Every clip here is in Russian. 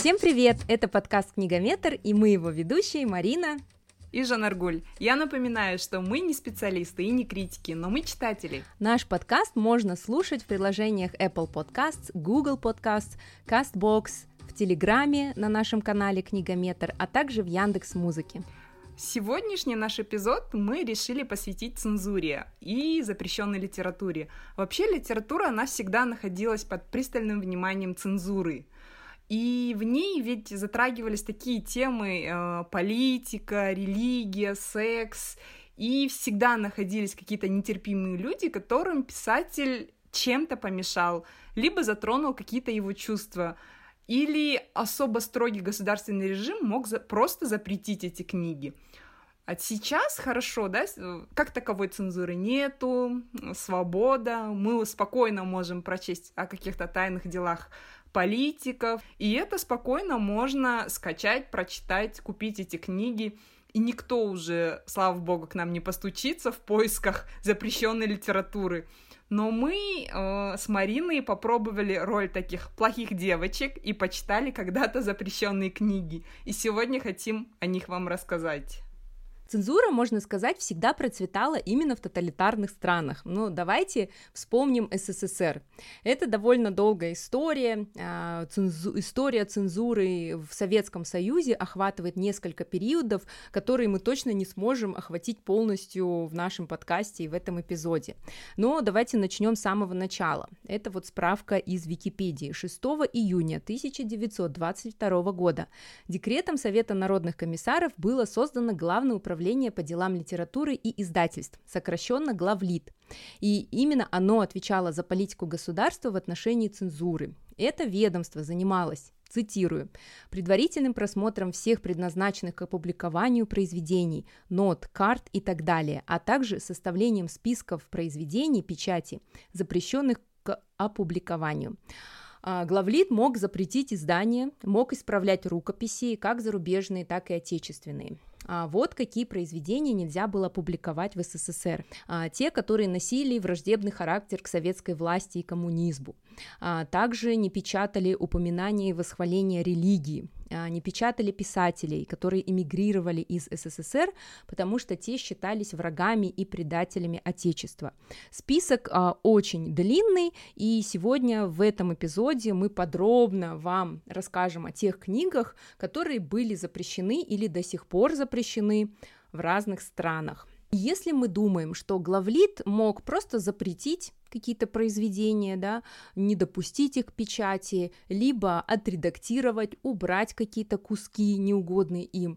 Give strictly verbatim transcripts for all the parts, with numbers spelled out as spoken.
Всем привет! Это подкаст «Книгометр» и мы его ведущие Марина и Жанаргуль. Я напоминаю, что мы не специалисты и не критики, но мы читатели. Наш подкаст можно слушать в приложениях Apple Podcasts, Google Podcasts, CastBox, в Телеграме на нашем канале «Книгометр», а также в Яндекс.Музыке. Сегодняшний наш эпизод мы решили посвятить цензуре и запрещенной литературе. Вообще литература, она всегда находилась под пристальным вниманием цензуры. И в ней ведь затрагивались такие темы: э, политика, религия, секс, и всегда находились какие-то нетерпимые люди, которым писатель чем-то помешал, либо затронул какие-то его чувства, или особо строгий государственный режим мог за- просто запретить эти книги. А сейчас хорошо, да, как таковой цензуры нету, свобода, мы спокойно можем прочесть о каких-то тайных делах политиков, и это спокойно можно скачать, прочитать, купить эти книги, и никто уже, слава богу, к нам не постучится в поисках запрещенной литературы. Но мы э, с Мариной попробовали роль таких плохих девочек и почитали когда-то запрещенные книги, и сегодня хотим о них вам рассказать. Цензура, можно сказать, всегда процветала именно в тоталитарных странах. Ну, давайте вспомним СССР. Это довольно долгая история. Цензу... История цензуры в Советском Союзе охватывает несколько периодов, которые мы точно не сможем охватить полностью в нашем подкасте и в этом эпизоде. Но давайте начнем с самого начала. Это вот справка из Википедии. шестого июня тысяча девятьсот двадцать второго года декретом Совета народных комиссаров было создано Главное управление Управление по делам литературы и издательств, сокращенно Главлит. И именно оно отвечало за политику государства в отношении цензуры. Это ведомство занималось, цитирую, предварительным просмотром всех предназначенных к опубликованию произведений, нот, карт и так далее, а также составлением списков произведений печати, запрещенных к опубликованию. Главлит мог запретить издания, мог исправлять рукописи, как зарубежные, так и отечественные. А вот какие произведения нельзя было публиковать в СССР. А, те, которые носили враждебный характер к советской власти и коммунизму. А, также не печатали упоминания и восхваления религии. А, не печатали писателей, которые эмигрировали из СССР, потому что те считались врагами и предателями Отечества. Список а, очень длинный, и сегодня в этом эпизоде мы подробно вам расскажем о тех книгах, которые были запрещены или до сих пор запрещены запрещены в разных странах. Если мы думаем, что Главлит мог просто запретить какие-то произведения, да, не допустить их к печати, либо отредактировать, убрать какие-то куски, неугодные им,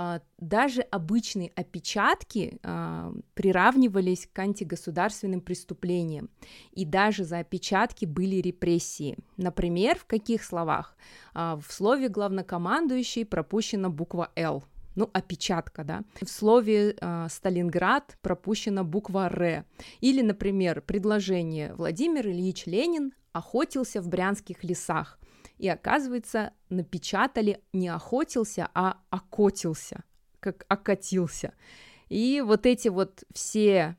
даже обычные опечатки приравнивались к антигосударственным преступлениям, и даже за опечатки были репрессии. Например, в каких словах? В слове главнокомандующий пропущена буква «Л». Ну, опечатка, да. В слове э, «Сталинград» пропущена буква «Р». Или, например, предложение: Владимир Ильич Ленин охотился в брянских лесах. И, оказывается, напечатали не охотился, а окотился, как окатился. И вот эти вот все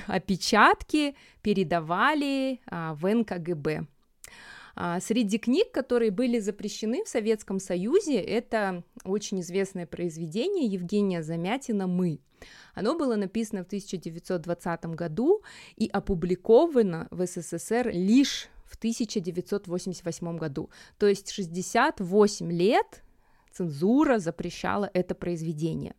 опечатки передавали а, в эн ка гэ бэ. Среди книг, которые были запрещены в Советском Союзе, это очень известное произведение Евгения Замятина «Мы». Оно было написано в тысяча девятьсот двадцатом году и опубликовано в СССР лишь в тысяча девятьсот восемьдесят восьмом году. То есть шестьдесят восемь лет цензура запрещала это произведение.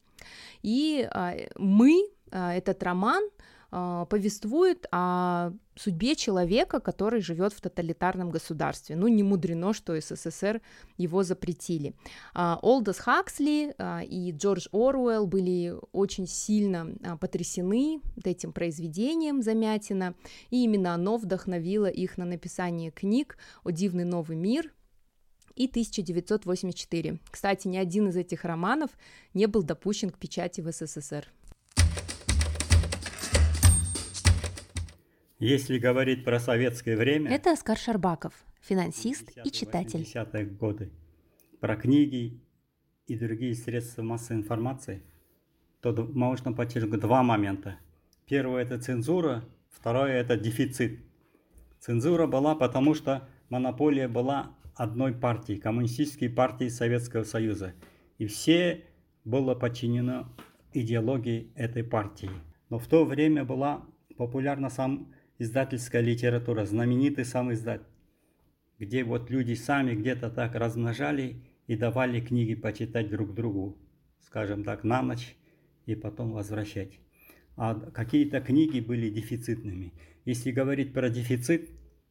И а, «Мы», а, этот роман, повествует о судьбе человека, который живет в тоталитарном государстве. Ну, не мудрено, что СССР его запретили. Олдос Хаксли и Джордж Оруэлл были очень сильно потрясены этим произведением Замятина, и именно оно вдохновило их на написание книг «О дивный новый мир» и тысяча девятьсот восемьдесят четыре. Кстати, ни один из этих романов не был допущен к печати в СССР. Если говорить про советское время... Это Оскар Шарбаков, финансист и читатель. восьмидесятые годы. Про книги и другие средства массовой информации, то можно подчеркнуть два момента. Первое – это цензура, второе – это дефицит. Цензура была, потому что монополия была одной партии, Коммунистической партии Советского Союза. И все было подчинено идеологии этой партии. Но в то время была популярна сам издательская литература, знаменитый сам издатель, где вот люди сами где-то так размножали и давали книги почитать друг другу, скажем так, на ночь и потом возвращать. А какие-то книги были дефицитными. Если говорить про дефицит,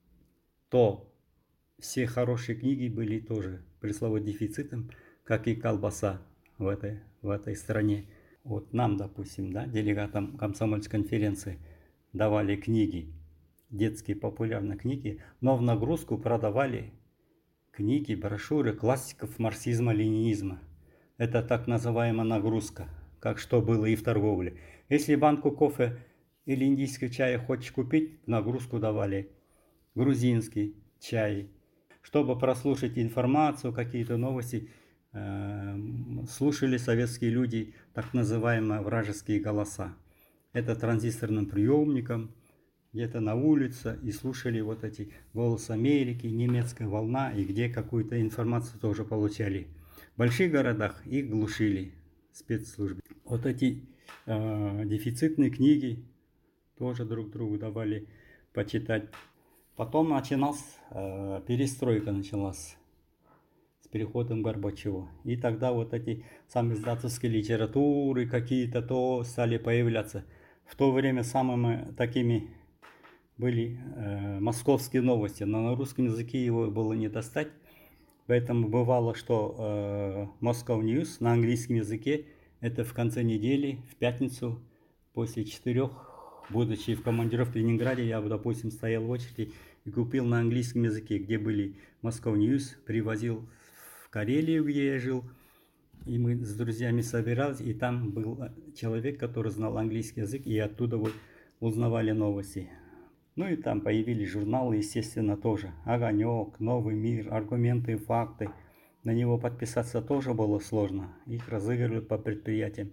то все хорошие книги были тоже при слове дефицитом, как и колбаса в этой, в этой стране. Вот нам, допустим, да, делегатам комсомольской конференции давали книги, детские популярные книги, но в нагрузку продавали книги, брошюры классиков марксизма-ленинизма. Это так называемая нагрузка, как что было и в торговле. Если банку кофе или индийского чая хочешь купить, в нагрузку давали грузинский чай. Чтобы прослушать информацию, какие-то новости, э, слушали советские люди так называемые вражеские голоса. Это транзисторным приемником, где-то на улице, и слушали вот эти «Голос Америки», «Немецкая волна», и где какую-то информацию тоже получали. В больших городах их глушили спецслужбы. Вот эти э, дефицитные книги тоже друг другу давали почитать. Потом началась э, перестройка началась с переходом Горбачева. И тогда вот эти самоиздательские литературы какие-то то стали появляться. В то время самыми такими были э, московские новости, но на русском языке его было не достать. Поэтому бывало, что э, Moscow News на английском языке это в конце недели, в пятницу, после четырех, будучи в командировке в Ленинграде, я, допустим, стоял в очереди и купил на английском языке, где были Moscow News, привозил в Карелию, где я жил, и мы с друзьями собирались, и там был человек, который знал английский язык, и оттуда вот узнавали новости. Ну и там появились журналы, естественно, тоже. «Огонек», «Новый мир», «Аргументы и факты». На него подписаться тоже было сложно. Их разыгрывали по предприятиям.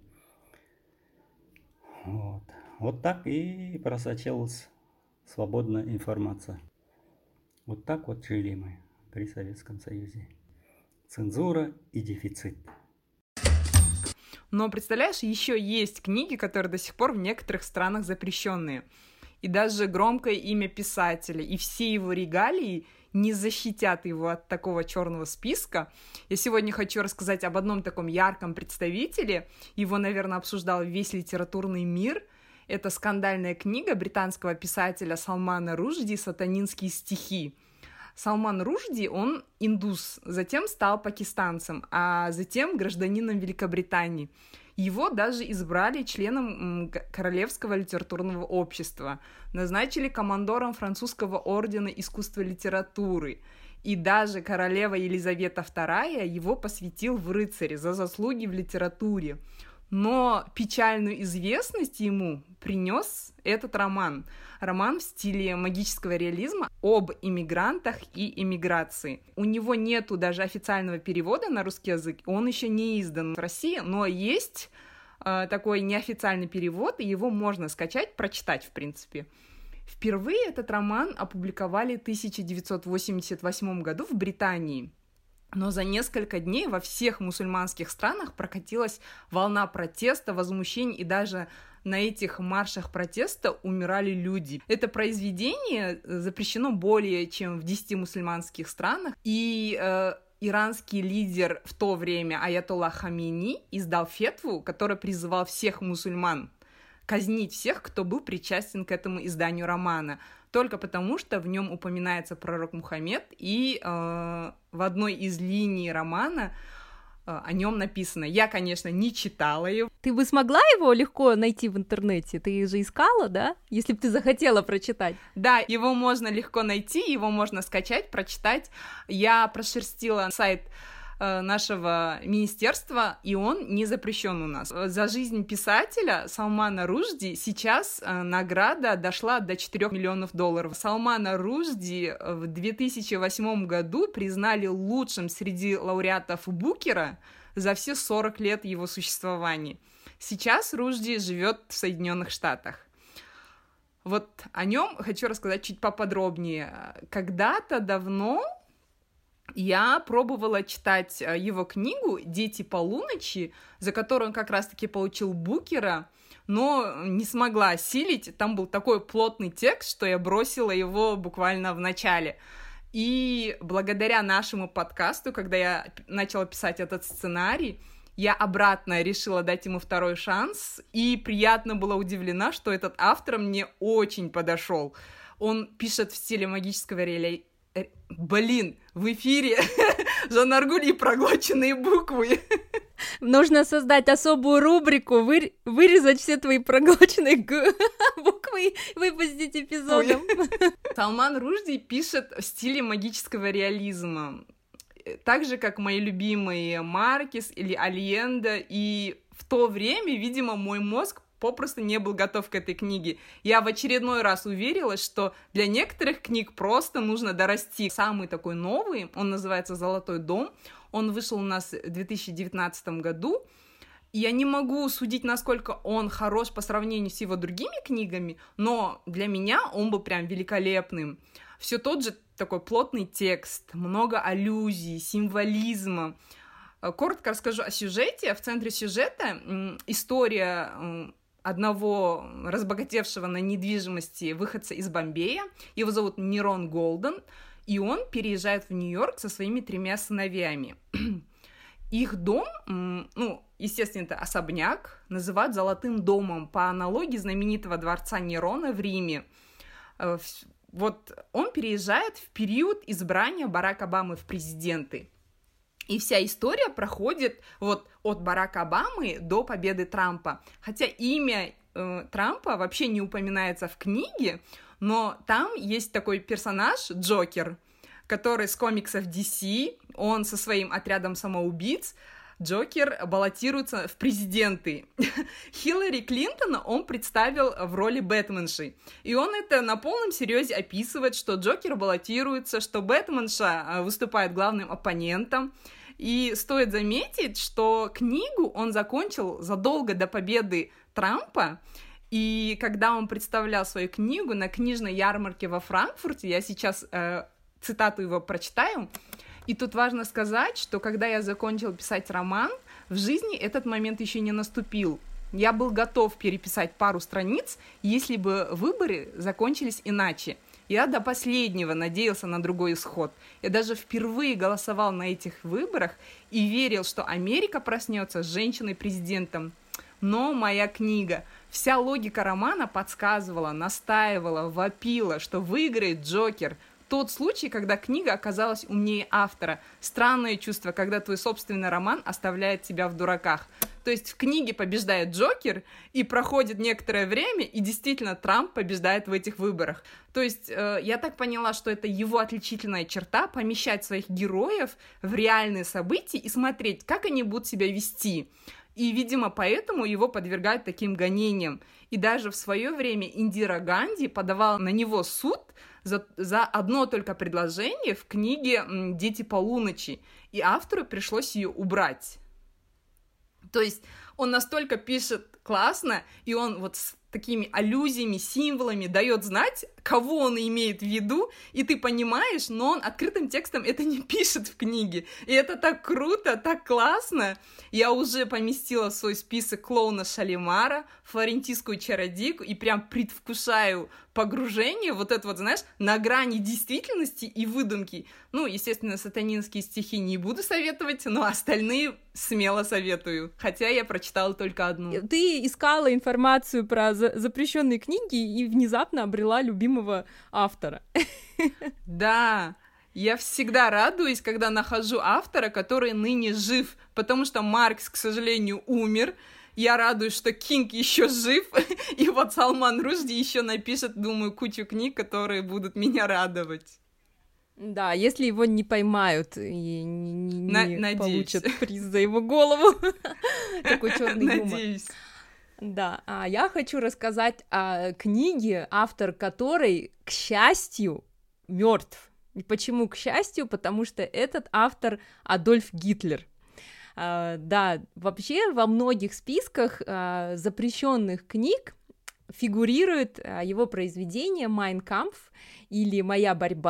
Вот, вот так и просочилась свободная информация. Вот так вот жили мы при Советском Союзе. Цензура и дефицит. Но представляешь, еще есть книги, которые до сих пор в некоторых странах запрещенные. И даже громкое имя писателя и все его регалии не защитят его от такого черного списка. Я сегодня хочу рассказать об одном таком ярком представителе. Его, наверное, обсуждал весь литературный мир. Это скандальная книга британского писателя Салмана Рушди «Сатанинские стихи». Салман Рушди, он индус, затем стал пакистанцем, а затем гражданином Великобритании. Его даже избрали членом Королевского литературного общества, назначили командором французского ордена искусства и литературы, и даже королева Елизавета вторая его посвятил в рыцари за заслуги в литературе. Но печальную известность ему принес этот роман. Роман в стиле магического реализма об иммигрантах и эмиграции. У него нету даже официального перевода на русский язык, он еще не издан в России, но есть э, такой неофициальный перевод, и его можно скачать, прочитать, в принципе. Впервые этот роман опубликовали в тысяча девятьсот восемьдесят восьмом году в Британии. Но за несколько дней во всех мусульманских странах прокатилась волна протеста, возмущений, и даже на этих маршах протеста умирали люди. Это произведение запрещено более чем в десяти мусульманских странах, и э, иранский лидер в то время Аятолла Хамини издал фетву, который призывал всех мусульман казнить всех, кто был причастен к этому изданию романа, только потому, что в нем упоминается пророк Мухаммед, и э, в одной из линий романа э, о нем написано. Я, конечно, не читала его. Ты бы смогла его легко найти в интернете? Ты же искала, да? Если бы ты захотела прочитать. Да, его можно легко найти, его можно скачать, прочитать. Я прошерстила сайт нашего министерства, и он не запрещен у нас. За жизнь писателя Салмана Рушди сейчас награда дошла до четырёх миллионов долларов. Салмана Рушди в две тысячи восьмом году признали лучшим среди лауреатов Букера за все сорок лет его существования. Сейчас Рушди живет в Соединенных Штатах. Вот о нем хочу рассказать чуть поподробнее. Когда-то давно я пробовала читать его книгу «Дети полуночи», за которую он как раз-таки получил Букера, но не смогла осилить. Там был такой плотный текст, что я бросила его буквально в начале. И благодаря нашему подкасту, когда я начала писать этот сценарий, я обратно решила дать ему второй шанс, и приятно была удивлена, что этот автор мне очень подошел. Он пишет в стиле магического реализма. Блин, в эфире Жанна Аргуль и проглоченные буквы. Нужно создать особую рубрику, вы... вырезать все твои проглоченные г... буквы и выпустить эпизодом. Салман Рушди пишет в стиле магического реализма, так же, как мои любимые Маркес или Альенда, и в то время, видимо, мой мозг попросту не был готов к этой книге. Я в очередной раз уверилась, что для некоторых книг просто нужно дорасти. Самый такой новый, он называется «Золотой дом», он вышел у нас в две тысячи девятнадцатом году. Я не могу судить, насколько он хорош по сравнению с его другими книгами, но для меня он был прям великолепным. Все тот же такой плотный текст, много аллюзий, символизма. Коротко расскажу о сюжете. В центре сюжета история одного разбогатевшего на недвижимости выходца из Бомбея. Его зовут Нерон Голден, и он переезжает в Нью-Йорк со своими тремя сыновьями. Их дом, ну, естественно, это особняк, называют «Золотым домом» по аналогии знаменитого дворца Нерона в Риме. Вот он переезжает в период избрания Барака Обамы в президенты. И вся история проходит вот от Барака Обамы до победы Трампа. Хотя имя э, Трампа вообще не упоминается в книге, но там есть такой персонаж, Джокер, который с комиксов ди си, он со своим отрядом самоубийц, Джокер баллотируется в президенты. Хиллари Клинтона он представил в роли Бэтменши. И он это на полном серьезе описывает, что Джокер баллотируется, что Бэтменша выступает главным оппонентом. И стоит заметить, что книгу он закончил задолго до победы Трампа. И когда он представлял свою книгу на книжной ярмарке во Франкфурте, я сейчас э, цитату его прочитаю, и тут важно сказать, что когда я закончила писать роман, в жизни этот момент еще не наступил. Я был готов переписать пару страниц, если бы выборы закончились иначе. Я до последнего надеялся на другой исход. Я даже впервые голосовал на этих выборах и верил, что Америка проснется с женщиной-президентом. Но моя книга, вся логика романа подсказывала, настаивала, вопила, что выиграет Джокер. Тот случай, когда книга оказалась умнее автора. Странное чувство, когда твой собственный роман оставляет тебя в дураках. То есть в книге побеждает Джокер, и проходит некоторое время, и действительно Трамп побеждает в этих выборах. То есть э, я так поняла, что это его отличительная черта — помещать своих героев в реальные события и смотреть, как они будут себя вести. И, видимо, поэтому его подвергают таким гонениям. И даже в свое время Индира Ганди подавала на него суд за, за одно только предложение в книге «Дети полуночи», и автору пришлось ее убрать. То есть он настолько пишет классно, и он вот с такими аллюзиями, символами дает знать, кого он имеет в виду, и ты понимаешь, но он открытым текстом это не пишет в книге. И это так круто, так классно. Я уже поместила в свой список клоуна Шалимара, флорентийскую чародейку, и прям предвкушаю погружение, вот это вот, знаешь, на грани действительности и выдумки. Ну, естественно, сатанинские стихи не буду советовать, но остальные смело советую, хотя я прочитала только одну. Ты искала информацию про за- запрещенные книги и внезапно обрела любимого автора. Да, я всегда радуюсь, когда нахожу автора, который ныне жив, потому что Маркс, к сожалению, умер. Я радуюсь, что Кинг еще жив, и вот Салман Рушди еще напишет, думаю, кучу книг, которые будут меня радовать. Да, если его не поймают и не, не На- получат приз за его голову. Такой черный юмор. Надеюсь. Да, а я хочу рассказать о книге, автор которой, к счастью, мертв. И почему к счастью? Потому что этот автор Адольф Гитлер. Uh, да, вообще во многих списках uh, запрещенных книг фигурирует uh, его произведение «Майн Кампф» или «Моя борьба».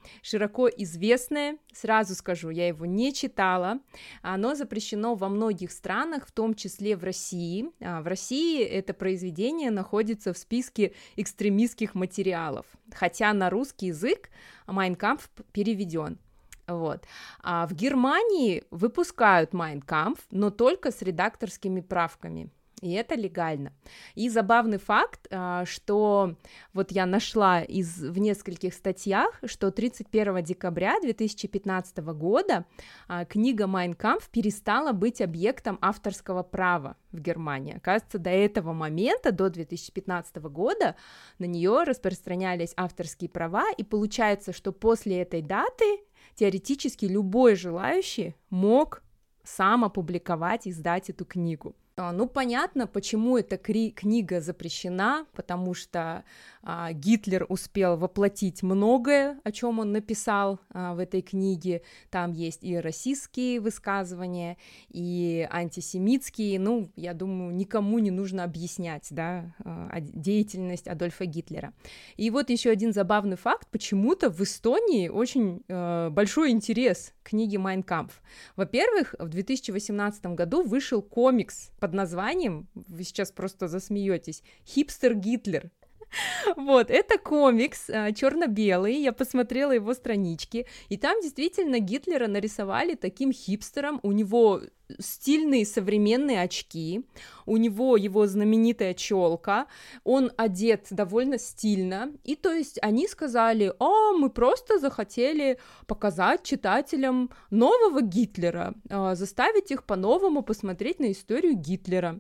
широко известное, сразу скажу, я его не читала, оно запрещено во многих странах, в том числе в России. В России это произведение находится в списке экстремистских материалов, хотя на русский язык «Майн кампф» переведен. Вот. А в Германии выпускают «Майн кампф», но только с редакторскими правками. И это легально. И забавный факт, что вот я нашла из, в нескольких статьях, что тридцать первого декабря две тысячи пятнадцатого года книга «Майн кампф» перестала быть объектом авторского права в Германии. Оказывается, до этого момента, до две тысячи пятнадцатого года, на нее распространялись авторские права, и получается, что после этой даты теоретически любой желающий мог сам опубликовать, издать эту книгу. Ну, понятно, почему эта кри- книга запрещена, потому что а, Гитлер успел воплотить многое, о чем он написал а, в этой книге. Там есть и расистские высказывания, и антисемитские. Ну, я думаю, никому не нужно объяснять, да, а, деятельность Адольфа Гитлера. И вот еще один забавный факт. Почему-то в Эстонии очень а, большой интерес к книге «Майн кампф». Во-первых, в две тысячи восемнадцатом году вышел комикс под названием, вы сейчас просто засмеетесь, «Хипстер Гитлер». Вот, это комикс а, черно-белый, я посмотрела его странички, и там действительно Гитлера нарисовали таким хипстером, у него стильные современные очки, у него его знаменитая челка, он одет довольно стильно, и то есть они сказали: а, мы просто захотели показать читателям нового Гитлера, а, заставить их по-новому посмотреть на историю Гитлера.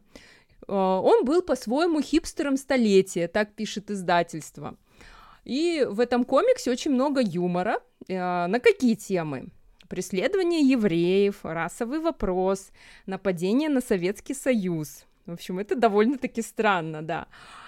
Он был по-своему хипстером столетия, так пишет издательство. И в этом комиксе очень много юмора. На какие темы? Преследование евреев, расовый вопрос, нападение на Советский Союз. В общем, это довольно-таки странно, да.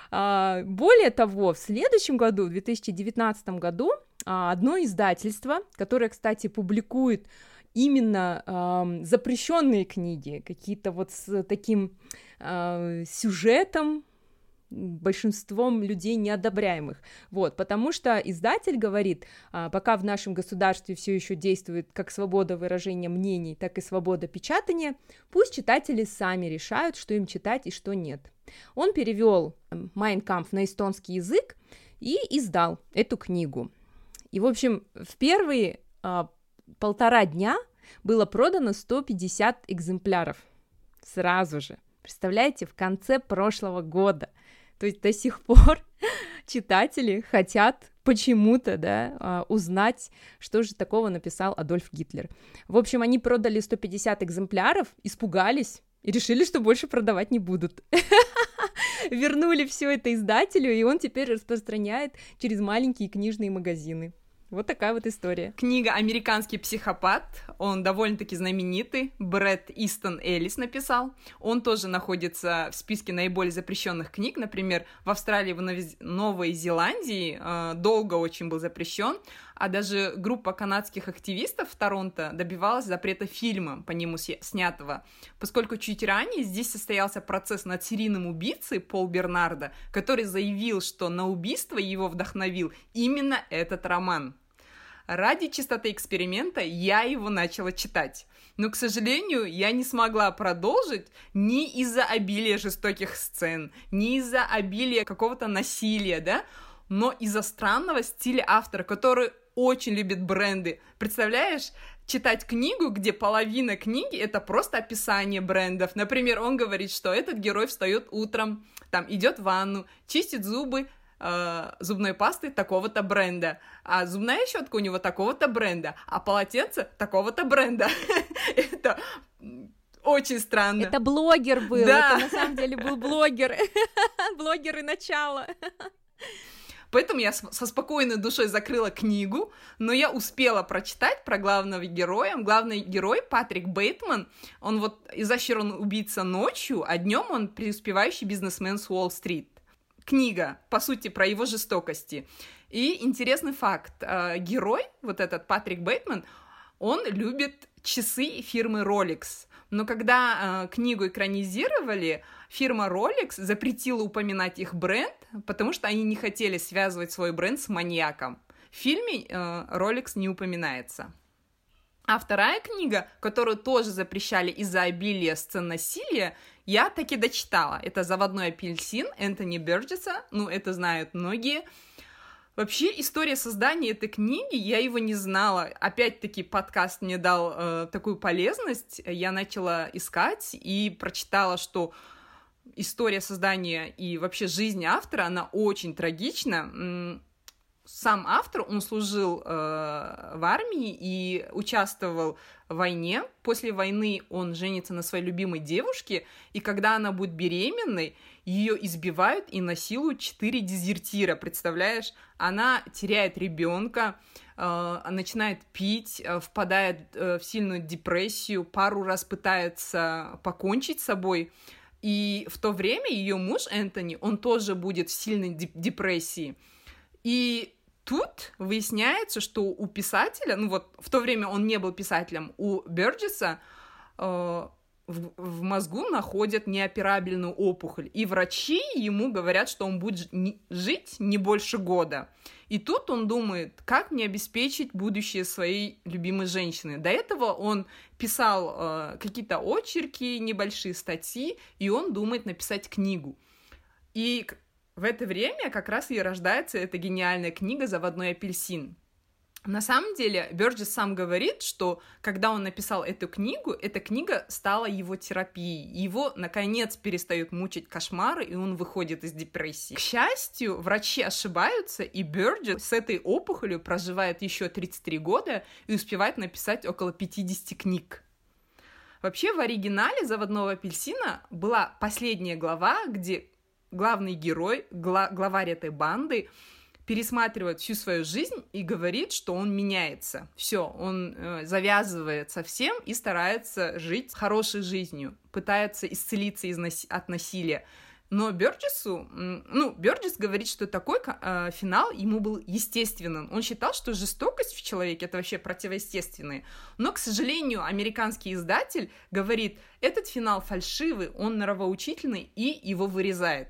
Более того, в следующем году, в две тысячи девятнадцатом году, одно издательство, которое, кстати, публикует именно э, запрещенные книги, какие-то вот с таким э, сюжетом, большинством людей неодобряемых, вот, потому что издатель говорит, э, пока в нашем государстве все еще действует как свобода выражения мнений, так и свобода печатания, пусть читатели сами решают, что им читать и что нет. Он перевел «Майн кампф» на эстонский язык и издал эту книгу. И, в общем, в первые э, полтора дня было продано сто пятьдесят экземпляров сразу же. Представляете, в конце прошлого года. То есть до сих пор читатели хотят почему-то, да, узнать, что же такого написал Адольф Гитлер. В общем, они продали сто пятьдесят экземпляров, испугались и решили, что больше продавать не будут. Вернули все это издателю, и он теперь распространяет через маленькие книжные магазины. Вот такая вот история. Книга «Американский психопат», он довольно-таки знаменитый, Брэд Истон Эллис написал. Он тоже находится в списке наиболее запрещенных книг, например, в Австралии, в Новой Зеландии э, долго очень был запрещен, а даже группа канадских активистов в Торонто добивалась запрета фильма по нему снятого, поскольку чуть ранее здесь состоялся процесс над серийным убийцей Пол Бернардо, который заявил, что на убийство его вдохновил именно этот роман. Ради чистоты эксперимента я его начала читать, но, к сожалению, я не смогла продолжить ни из-за обилия жестоких сцен, ни из-за обилия какого-то насилия, да, но из-за странного стиля автора, который очень любит бренды. Представляешь, читать книгу, где половина книги — это просто описание брендов. Например, он говорит, что этот герой встает утром, там, идет в ванну, чистит зубы э, зубной пастой такого-то бренда, а зубная щетка у него такого-то бренда, а полотенце такого-то бренда. Это очень странно. Это блогер был, да. Это на самом деле был блогер. Блогер и начало. Поэтому я со спокойной душой закрыла книгу, но я успела прочитать про главного героя. Главный герой Патрик Бейтман, он вот изощренный убийца ночью, а днем он преуспевающий бизнесмен с Уолл-стрит. Книга, по сути, про его жестокости. И интересный факт, герой, вот этот Патрик Бейтман, он любит часы фирмы Rolex. Но когда э, книгу экранизировали, фирма Rolex запретила упоминать их бренд, потому что они не хотели связывать свой бренд с маньяком. В фильме э, Ролекс не упоминается. А вторая книга, которую тоже запрещали из-за обилия сцен насилия, я таки дочитала. Это «Заводной апельсин» Энтони Бёрджеса, ну, это знают многие. Вообще, история создания этой книги, я его не знала. Опять-таки, подкаст мне дал э, такую полезность. Я начала искать и прочитала, что история создания и вообще жизнь автора, она очень трагична. Сам автор, он служил э, в армии и участвовал в войне. После войны он женится на своей любимой девушке, и когда она будет беременной, ее избивают и насилуют четыре дезертира, представляешь? Она теряет ребенка, э, начинает пить, э, впадает э, в сильную депрессию, пару раз пытается покончить с собой. И в то время ее муж Энтони, он тоже будет в сильной депрессии. И тут выясняется, что у писателя, ну вот в то время он не был писателем, у Бёрджеса э, в, в мозгу находят неоперабельную опухоль, и врачи ему говорят, что он будет не, жить не больше года. И тут он думает, как мне обеспечить будущее своей любимой женщины. До этого он писал э, какие-то очерки, небольшие статьи, и он думает написать книгу. И в это время как раз и рождается эта гениальная книга «Заводной апельсин». На самом деле, Бёрджес сам говорит, что когда он написал эту книгу, эта книга стала его терапией. Его, наконец, перестают мучить кошмары, и он выходит из депрессии. К счастью, врачи ошибаются, и Бёрджес с этой опухолью проживает еще тридцать три года и успевает написать около пятьдесят книг. Вообще, в оригинале «Заводного апельсина» была последняя глава, где главный герой, гла- главарь этой банды, пересматривает всю свою жизнь и говорит, что он меняется. Все, он э, завязывает со всем и старается жить хорошей жизнью, пытается исцелиться из нас- от насилия. Но Бёрджесу, ну, Бёрджес говорит, что такой э, финал ему был естественным. Он считал, что жестокость в человеке — это вообще противоестественное. Но, к сожалению, американский издатель говорит, этот финал фальшивый, он нравоучительный, и его вырезает.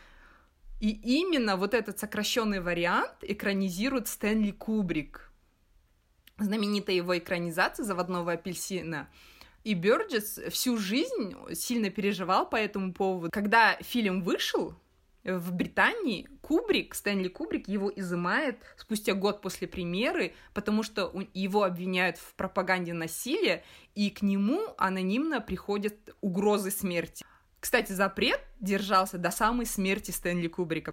И именно вот этот сокращенный вариант экранизирует Стэнли Кубрик. Знаменитая его экранизация «Заводного апельсина». И Бёрджес всю жизнь сильно переживал по этому поводу. Когда фильм вышел в Британии, Кубрик, Стэнли Кубрик, его изымает спустя год после премьеры, потому что его обвиняют в пропаганде насилия, и к нему анонимно приходят угрозы смерти. Кстати, запрет держался до самой смерти Стэнли Кубрика.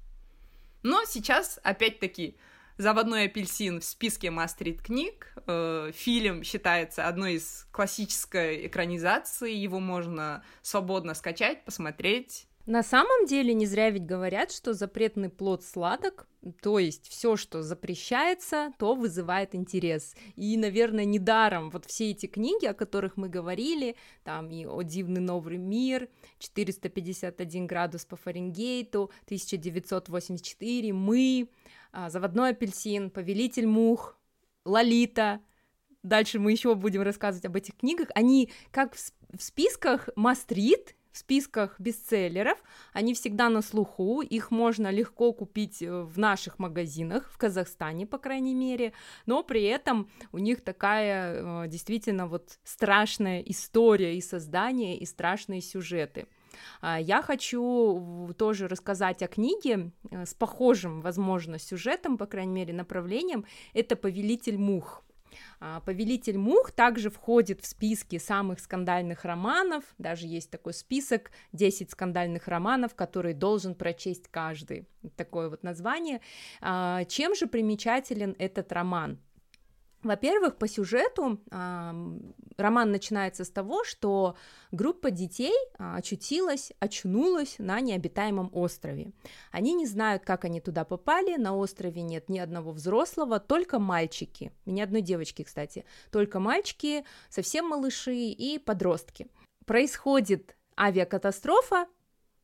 Но сейчас, опять-таки, «Заводной апельсин» в списке Мастрит книг. Э, фильм считается одной из классической экранизаций. Его можно свободно скачать, посмотреть. На самом деле, не зря ведь говорят, что запретный плод сладок, то есть все, что запрещается, то вызывает интерес. И, наверное, недаром вот все эти книги, о которых мы говорили, там и «О дивный новый мир», четыреста пятьдесят один градус по Фаренгейту, тысяча девятьсот восемьдесят четыре, «Мы», «Заводной апельсин», «Повелитель мух», «Лолита». Дальше мы еще будем рассказывать об этих книгах. Они как в списках Мастрит, в списках бестселлеров, они всегда на слуху, их можно легко купить в наших магазинах, в Казахстане, по крайней мере, но при этом у них такая действительно вот страшная история и создание, и страшные сюжеты. Я хочу тоже рассказать о книге с похожим, возможно, сюжетом, по крайней мере, направлением, это «Повелитель мух». «Повелитель мух» также входит в списки самых скандальных романов, даже есть такой список десять скандальных романов, которые должен прочесть каждый, такое вот название. Чем же примечателен этот роман? Во-первых, по сюжету э, роман начинается с того, что группа детей э, очутилась, очнулась на необитаемом острове. Они не знают, как они туда попали, на острове нет ни одного взрослого, только мальчики, ни одной девочки, кстати, только мальчики, совсем малыши и подростки. Происходит авиакатастрофа,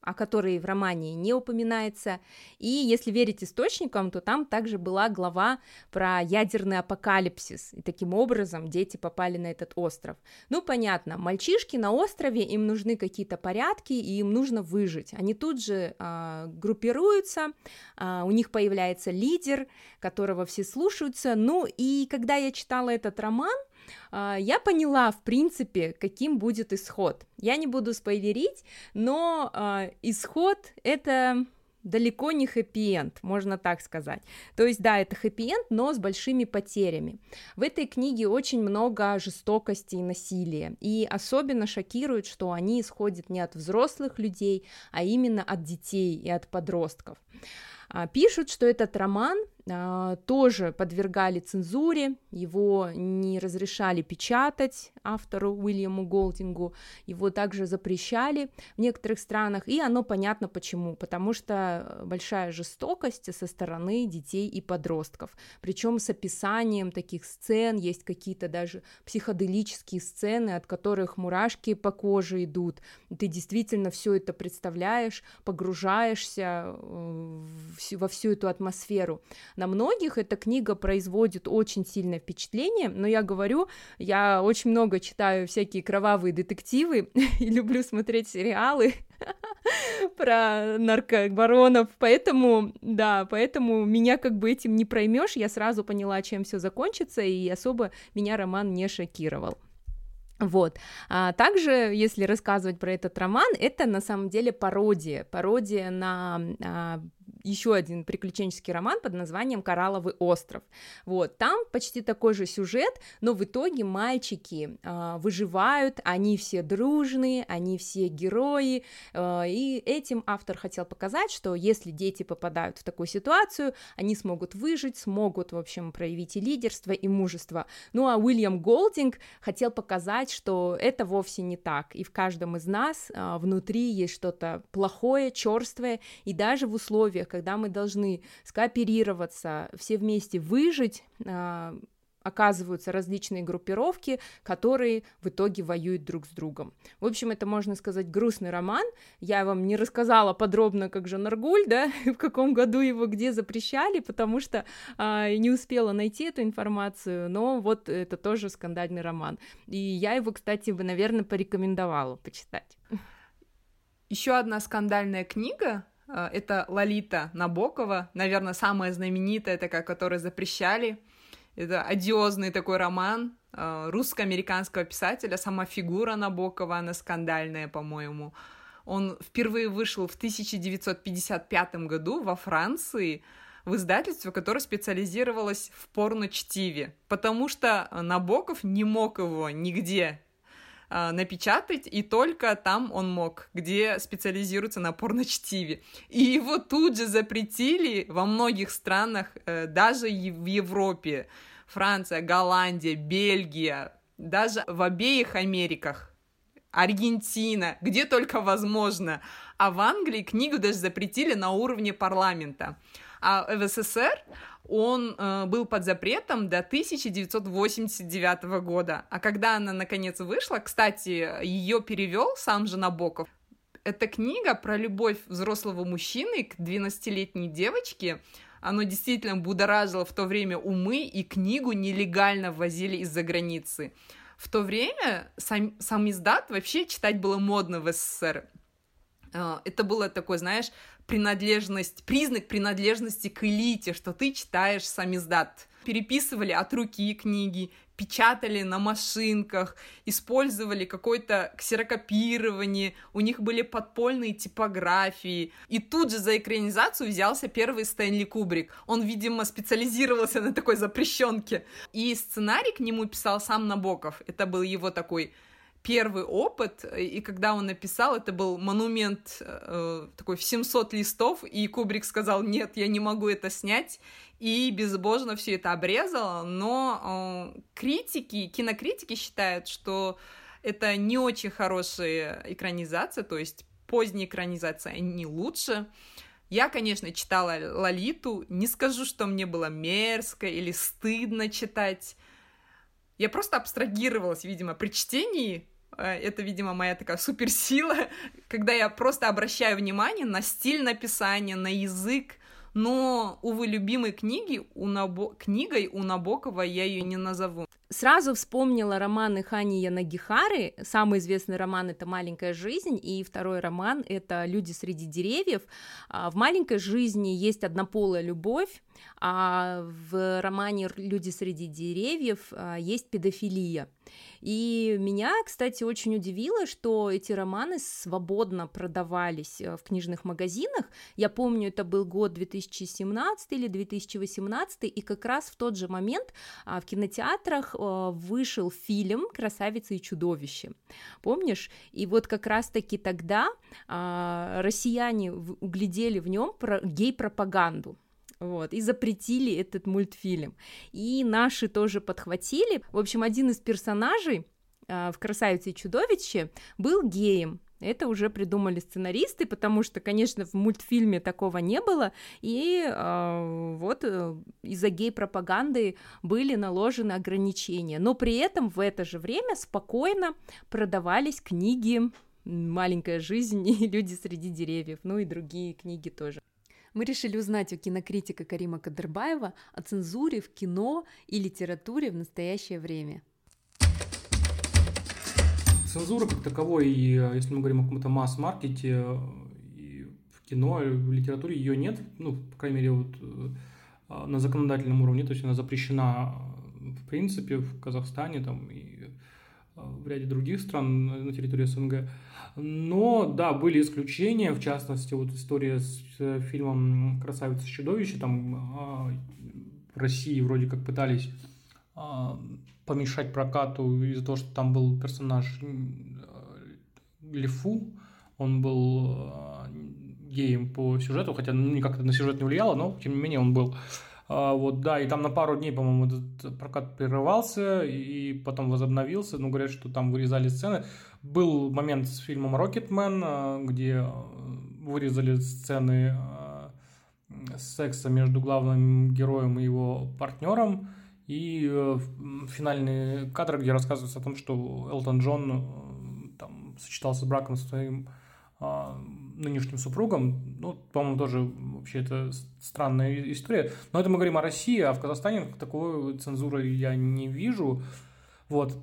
о которой в романе не упоминается, и если верить источникам, то там также была глава про ядерный апокалипсис, и таким образом дети попали на этот остров. Ну, понятно, мальчишки на острове, им нужны какие-то порядки, и им нужно выжить. Они тут же а, группируются, а, у них появляется лидер, которого все слушаются. Ну, и когда я читала этот роман, я поняла, в принципе, каким будет исход. Я не буду спойлерить, но э, исход — это далеко не хэппи-энд, можно так сказать. То есть, да, это хэппи-энд, но с большими потерями. В этой книге очень много жестокости и насилия, и особенно шокирует, что они исходят не от взрослых людей, а именно от детей и от подростков. Пишут, что этот роман а, тоже подвергали цензуре, его не разрешали печатать автору Уильяму Голдингу, его также запрещали в некоторых странах, и оно понятно почему, потому что большая жестокость со стороны детей и подростков, причем с описанием таких сцен, есть какие-то даже психоделические сцены, от которых мурашки по коже идут, ты действительно все это представляешь, погружаешься во всю эту атмосферу. На многих эта книга производит очень сильное впечатление, но я говорю, я очень много читаю всякие кровавые детективы и люблю смотреть сериалы про наркобаронов, поэтому, да, поэтому меня как бы этим не проймешь, я сразу поняла, чем все закончится, и особо меня роман не шокировал. Вот. А также, если рассказывать про этот роман, это на самом деле пародия, пародия на а, еще один приключенческий роман под названием «Коралловый остров». Вот. Там почти такой же сюжет, но в итоге мальчики а, выживают, они все дружные, они все герои, а, и этим автор хотел показать, что если дети попадают в такую ситуацию, они смогут выжить, смогут, в общем, проявить и лидерство, и мужество. Ну а Уильям Голдинг хотел показать, что это вовсе не так, и в каждом из нас а, внутри есть что-то плохое, черствое, и даже в условиях, когда мы должны скооперироваться, все вместе выжить, а, оказываются различные группировки, которые в итоге воюют друг с другом. В общем, это, можно сказать, грустный роман. Я вам не рассказала подробно, как Жан Аргуль, да, в каком году его где запрещали, потому что а, не успела найти эту информацию, но вот это тоже скандальный роман. И я его, кстати, бы, наверное, порекомендовала почитать. Еще одна скандальная книга — это «Лолита» Набокова, наверное, самая знаменитая такая, которую запрещали. Это одиозный такой роман русско-американского писателя, сама фигура Набокова, она скандальная, по-моему. Он впервые вышел в тысяча девятьсот пятьдесят пятом году во Франции в издательстве, которое специализировалось в порно-чтиве, потому что Набоков не мог его нигде напечатать, и только там он мог, где специализируется на порночтиве. И его тут же запретили во многих странах, даже в Европе. Франция, Голландия, Бельгия, даже в обеих Америках. Аргентина, где только возможно. А в Англии книгу даже запретили на уровне парламента. А в СССР он э, был под запретом до тысяча девятьсот восемьдесят девятого года. А когда она наконец вышла, кстати, ее перевел сам же Набоков. Эта книга про любовь взрослого мужчины к двенадцатилетней девочке. Оно действительно будоражило в то время умы, и книгу нелегально ввозили из-за границы. В то время сам, сам издат вообще читать было модно в СССР. Это было такое, знаешь, принадлежность, признак принадлежности к элите, что ты читаешь самиздат. Переписывали от руки книги, печатали на машинках, использовали какое-то ксерокопирование, у них были подпольные типографии. И тут же за экранизацию взялся первый Стэнли Кубрик. Он, видимо, специализировался на такой запрещенке. И сценарий к нему писал сам Набоков. Это был его такой первый опыт, и когда он написал, это был монумент э, такой в семьсот листов, и Кубрик сказал: нет, я не могу это снять, и безбожно все это обрезал, но э, критики, кинокритики считают, что это не очень хорошая экранизация, то есть поздние экранизации, они лучше. Я, конечно, читала «Лолиту», не скажу, что мне было мерзко или стыдно читать, я просто абстрагировалась, видимо, при чтении Это, видимо, моя такая суперсила, когда я просто обращаю внимание на стиль написания, на язык. Но, увы, любимой книги у Набо... книгой у Набокова я ее не назову. Сразу вспомнила романы Хани Янагихары. Самый известный роман — это «Маленькая жизнь», и второй роман — это «Люди среди деревьев». В «Маленькой жизни» есть однополая любовь, а в романе «Люди среди деревьев» есть педофилия. И меня, кстати, очень удивило, что эти романы свободно продавались в книжных магазинах. Я помню, это был год две тысячи семнадцатый или две тысячи восемнадцатый, и как раз в тот же момент в кинотеатрах вышел фильм «Красавица и чудовище». Помнишь? И вот как раз-таки тогда россияне углядели в нем гей-пропаганду. Вот, и запретили этот мультфильм. И наши тоже подхватили. В общем, один из персонажей э, в «Красавице и чудовище» был геем. Это уже придумали сценаристы, потому что, конечно, в мультфильме такого не было, и э, вот э, из-за гей-пропаганды были наложены ограничения. Но при этом в это же время спокойно продавались книги «Маленькая жизнь» и «Люди среди деревьев», ну и другие книги тоже. Мы решили узнать у кинокритика Карима Кадырбаева о цензуре в кино и литературе в настоящее время. Цензура как таковой, если мы говорим о каком-то масс-маркете, и в кино, и в литературе ее нет, ну, по крайней мере, вот на законодательном уровне, то есть она запрещена в принципе в Казахстане там, и в ряде других стран на территории СНГ. Но, да, были исключения, в частности, вот история с фильмом «Красавица и чудовище», там в России вроде как пытались помешать прокату из-за того, что там был персонаж Лифу, он был геем по сюжету, хотя никак это на сюжет не влияло, но, тем не менее, он был. Вот, да, и там на пару дней, по-моему, этот прокат прерывался и потом возобновился. Ну, говорят, что там вырезали сцены. Был момент с фильмом «Рокетмен», где вырезали сцены секса между главным героем и его партнером. И финальные кадры, где рассказывается о том, что Элтон Джон там сочетался браком со своим нынешним супругом. Ну, по-моему, тоже вообще это странная история. Но это мы говорим о России, а в Казахстане такой цензуры я не вижу. Вот.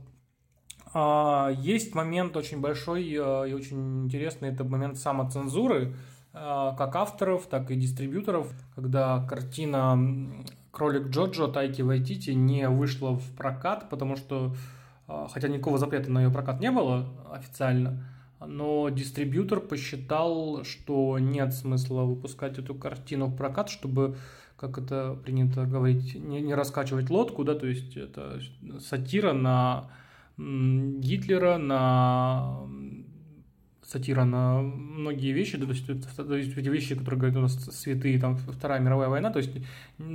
Есть момент очень большой и очень интересный, это момент самоцензуры, как авторов, так и дистрибьюторов, когда картина «Кролик Джоджо» Тайки Вайтити не вышла в прокат, потому что, хотя никакого запрета на ее прокат не было официально, но дистрибьютор посчитал, что нет смысла выпускать эту картину в прокат, чтобы, как это принято говорить, не, не раскачивать лодку, да, то есть это сатира на Гитлера, на сатира на многие вещи, да, то есть, это, то есть эти вещи, которые говорят у нас святые, там Вторая мировая война, то есть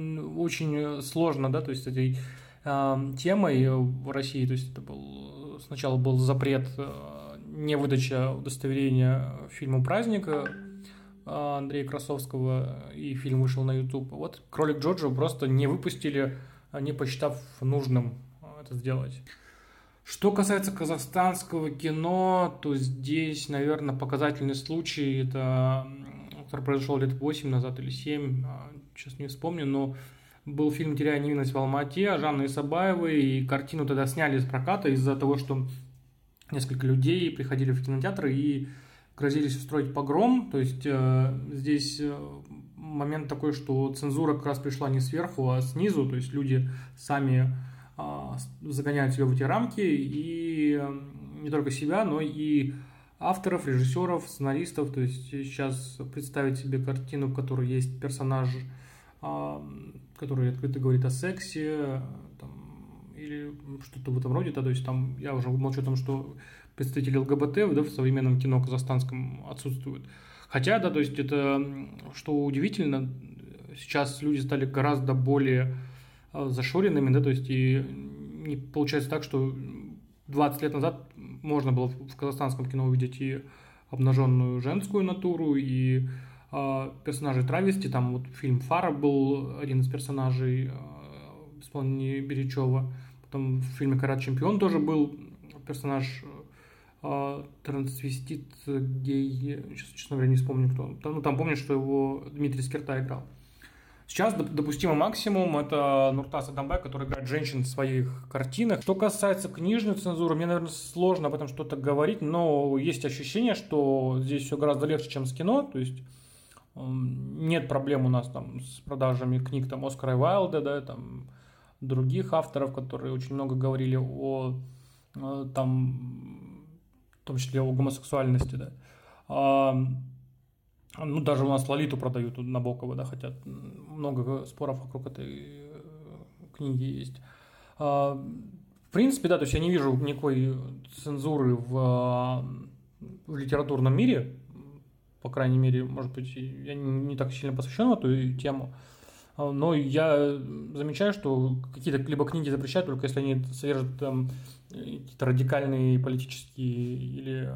очень сложно, да, то есть этой э, темой в России, то есть это был сначала был запрет не выдача удостоверения фильму «Праздника» Андрея Красовского, и фильм вышел на YouTube. Вот «Кролик Джоджо» просто не выпустили, не посчитав нужным это сделать. Что касается казахстанского кино, то здесь, наверное, показательный случай, это, который произошел лет восемь назад или семь, сейчас не вспомню, но был фильм «Теряя невинность в Алма-Ате» Жанны Исабаевой, и картину тогда сняли из проката из-за того, что несколько людей приходили в кинотеатр и грозились устроить погром. То есть э, здесь момент такой, что цензура как раз пришла не сверху, а снизу. То есть люди сами э, загоняют себя в эти рамки. И э, не только себя, но и авторов, режиссеров, сценаристов. То есть сейчас представить себе картину, в которой есть персонаж, э, который открыто говорит о сексе, или что-то в этом роде, да, то есть там я уже молчу о том, что представители ЛГБТ, да, в современном кино казахстанском отсутствуют. Хотя, да, то есть это, что удивительно, сейчас люди стали гораздо более зашоренными, да, то есть и не получается так, что двадцать лет назад можно было в казахстанском кино увидеть и обнаженную женскую натуру, и э, персонажей травести, там вот фильм «Фара» был один из персонажей, в исполнении Беричева. Потом в фильме «Карат Чемпион» тоже был персонаж трансвестит, гей, сейчас, честно говоря, не вспомню, кто. Там, ну, там помню, что его Дмитрий Скирта играл. Сейчас допустимый максимум — это Нуртас Адамбай, который играет женщин в своих картинах. Что касается книжной цензуры, мне, наверное, сложно об этом что-то говорить, но есть ощущение, что здесь все гораздо легче, чем с кино, то есть нет проблем у нас там с продажами книг там Оскара Уайлда, да, там других авторов, которые очень много говорили о там, в том числе о гомосексуальности, да. Ну, даже у нас Лолиту продают Набокова, да, хотя много споров вокруг этой книги есть. В принципе, да, то есть я не вижу никакой цензуры в, в литературном мире, по крайней мере, может быть, я не так сильно посвящен в эту тему, но я замечаю, что какие-то либо книги запрещают, только если они содержат там какие-то радикальные политические или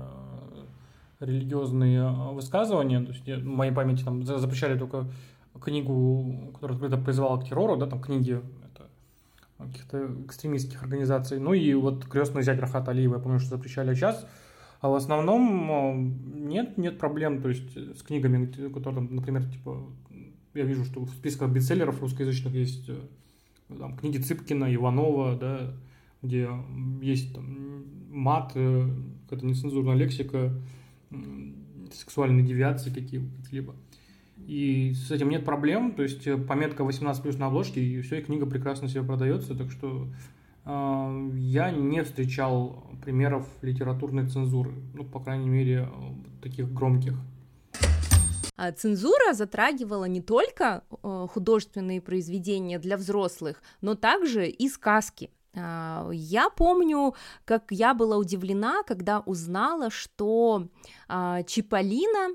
религиозные высказывания. То есть в моей памяти там запрещали только книгу, которая открыто призывала к террору, да, там книги это, каких-то экстремистских организаций. Ну и вот «Крестный зять» Рахата Алиева, я помню, что запрещали. А сейчас а в основном нет, нет проблем, то есть с книгами, которые, например, типа, я вижу, что в списках бестселлеров русскоязычных есть там, книги Цыпкина, Иванова, да, где есть там, мат, какая-то нецензурная лексика, сексуальные девиации какие-либо. И с этим нет проблем, то есть пометка восемнадцать плюс на обложке, и все, и книга прекрасно себе продается, так что э, я не встречал примеров литературной цензуры, ну, по крайней мере, таких громких. Цензура затрагивала не только художественные произведения для взрослых, но также и сказки. Я помню, как я была удивлена, когда узнала, что Чиполлино,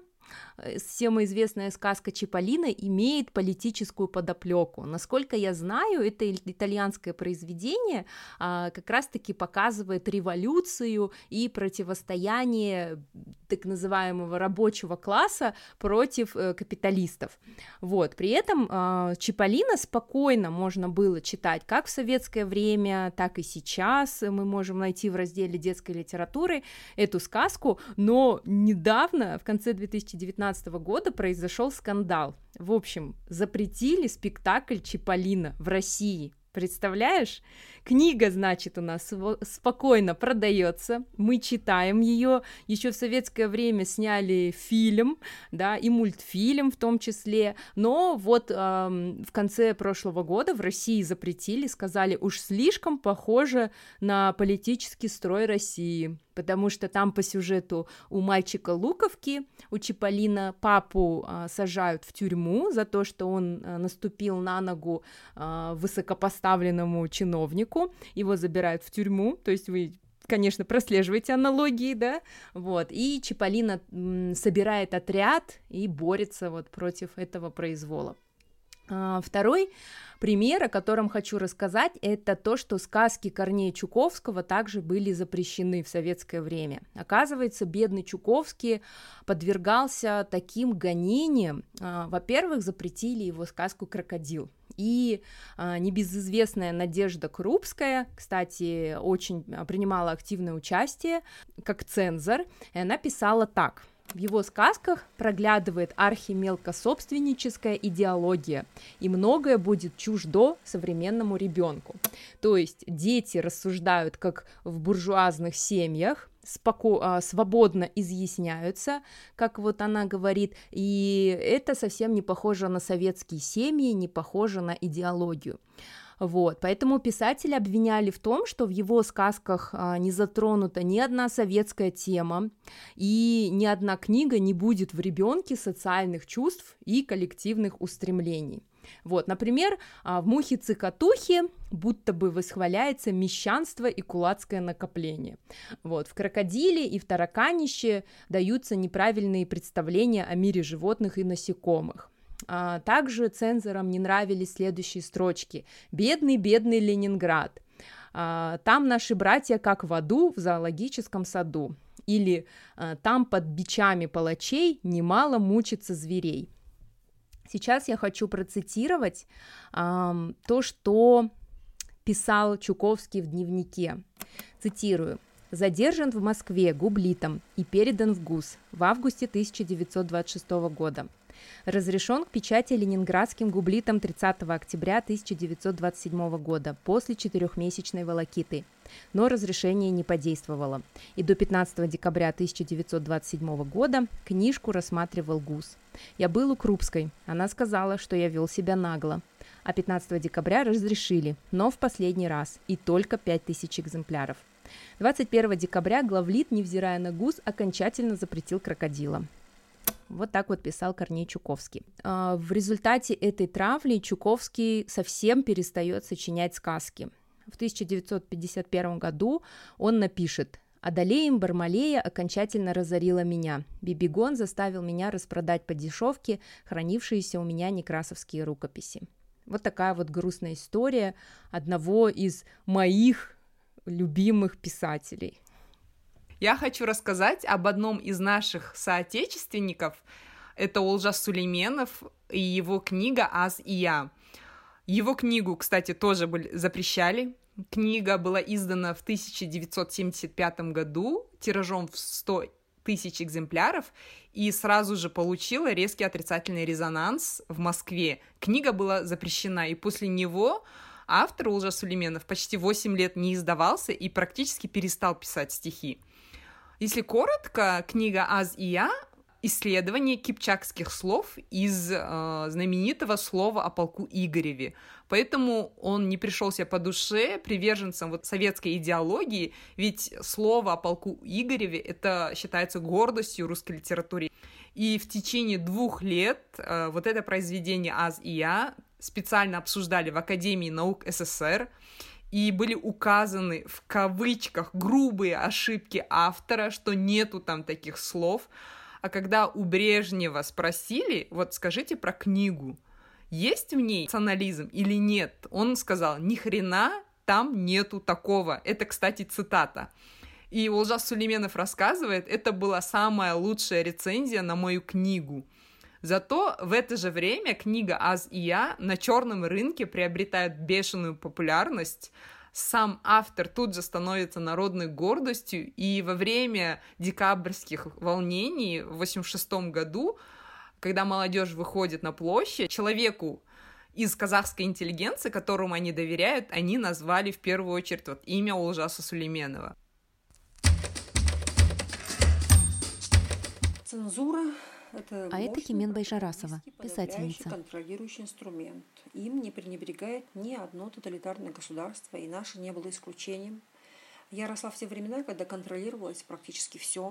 всем известная сказка Чиполлино, имеет политическую подоплеку. Насколько я знаю, это итальянское произведение как раз-таки показывает революцию и противостояние так называемого рабочего класса против капиталистов. Вот. При этом Чиполлино спокойно можно было читать как в советское время, так и сейчас. Мы можем найти в разделе детской литературы эту сказку, но недавно, в конце две тысячи девятнадцатого года, произошел скандал. В общем, запретили спектакль Чиполлино в России. Представляешь? Книга, значит, у нас спокойно продается, мы читаем ее, еще в советское время сняли фильм, да, и мультфильм в том числе, но вот эм, в конце прошлого года в России запретили, сказали, уж слишком похоже на политический строй России, потому что там по сюжету у мальчика Луковки, у Чиполлино, папу э, сажают в тюрьму за то, что он э, наступил на ногу э, высокопоставленному чиновнику, его забирают в тюрьму, то есть вы, конечно, прослеживаете аналогии, да, вот, и Чиполлино м, собирает отряд и борется вот против этого произвола. А, второй пример, о котором хочу рассказать, это то, что сказки Корнея Чуковского также были запрещены в советское время. Оказывается, бедный Чуковский подвергался таким гонениям. А, во-первых, запретили его сказку «Крокодил». И а, небезызвестная Надежда Крупская, кстати, очень принимала активное участие как цензор, и она писала так: в его сказках проглядывает архимелкособственническая идеология, и многое будет чуждо современному ребенку. То есть дети рассуждают, как в буржуазных семьях, споко- свободно изъясняются, как вот она говорит, и это совсем не похоже на советские семьи, не похоже на идеологию. Вот, поэтому писателя обвиняли в том, что в его сказках а, не затронута ни одна советская тема, и ни одна книга не будет в ребенке социальных чувств и коллективных устремлений. Вот, например, в «Мухе-цикатухе» будто бы восхваляется мещанство и кулацкое накопление. Вот, в «Крокодиле» и в «Тараканище» даются неправильные представления о мире животных и насекомых. А также цензорам не нравились следующие строчки: «Бедный, бедный Ленинград», а, «Там наши братья как в аду в зоологическом саду», или «Там под бичами палачей немало мучится зверей». Сейчас я хочу процитировать а, то, что писал Чуковский в дневнике. Цитирую: Задержан в Москве гублитом и передан в ГУС в августе тысяча девятьсот двадцать шестого года. Разрешен к печати ленинградским гублитом тридцатого октября тысяча девятьсот двадцать седьмого года после четырехмесячной волокиты, но разрешение не подействовало, и до пятнадцатого декабря тысяча девятьсот двадцать седьмого года книжку рассматривал ГУС. Я был у Крупской, она сказала, что я вел себя нагло, а пятнадцатого декабря разрешили, но в последний раз, и только пять тысяч экземпляров. двадцать первого декабря главлит, невзирая на ГУС, окончательно запретил крокодила. Вот так вот писал Корней Чуковский. В результате этой травли Чуковский совсем перестает сочинять сказки. В тысяча девятьсот пятьдесят первом году он напишет: «Адалеем Бармалея окончательно разорила меня. Бибигон заставил меня распродать по дешевке хранившиеся у меня некрасовские рукописи». Вот такая вот грустная история одного из моих любимых писателей. Я хочу рассказать об одном из наших соотечественников. Это Олжас Сүлейменов и его книга «Аз и я». Его книгу, кстати, тоже были, запрещали. Книга была издана в тысяча девятьсот семьдесят пятом году тиражом в сто тысяч экземпляров и сразу же получила резкий отрицательный резонанс в Москве. Книга была запрещена, и после него автор Олжас Сүлейменов почти восемь лет не издавался и практически перестал писать стихи. Если коротко, книга «Аз и я» — исследование кипчакских слов из э, знаменитого слова о полку Игореве. Поэтому он не пришелся по душе приверженцам вот советской идеологии, ведь слово о полку Игореве — это считается гордостью русской литературы. И в течение двух лет э, вот это произведение «Аз и я» специально обсуждали в Академии наук СССР, и были указаны в кавычках грубые ошибки автора, что нету там таких слов. А когда у Брежнева спросили, вот скажите про книгу, есть в ней национализм или нет, он сказал: ни хрена там нету такого. Это, кстати, цитата. И Олжас Сүлейменов рассказывает, это была самая лучшая рецензия на мою книгу. Зато в это же время книга «Аз и я» на черном рынке приобретает бешеную популярность. Сам автор тут же становится народной гордостью, и во время декабрьских волнений в восемьдесят шестом году, когда молодежь выходит на площадь, человеку из казахской интеллигенции, которому они доверяют, они назвали в первую очередь вот имя Олжаса Сүлейменова. Цензура Это а это Кемен Байшарасова, писательница. Контролирующий инструмент. Им не пренебрегает ни одно тоталитарное государство, и наше не было исключением. Я росла в те времена, когда контролировалось практически все.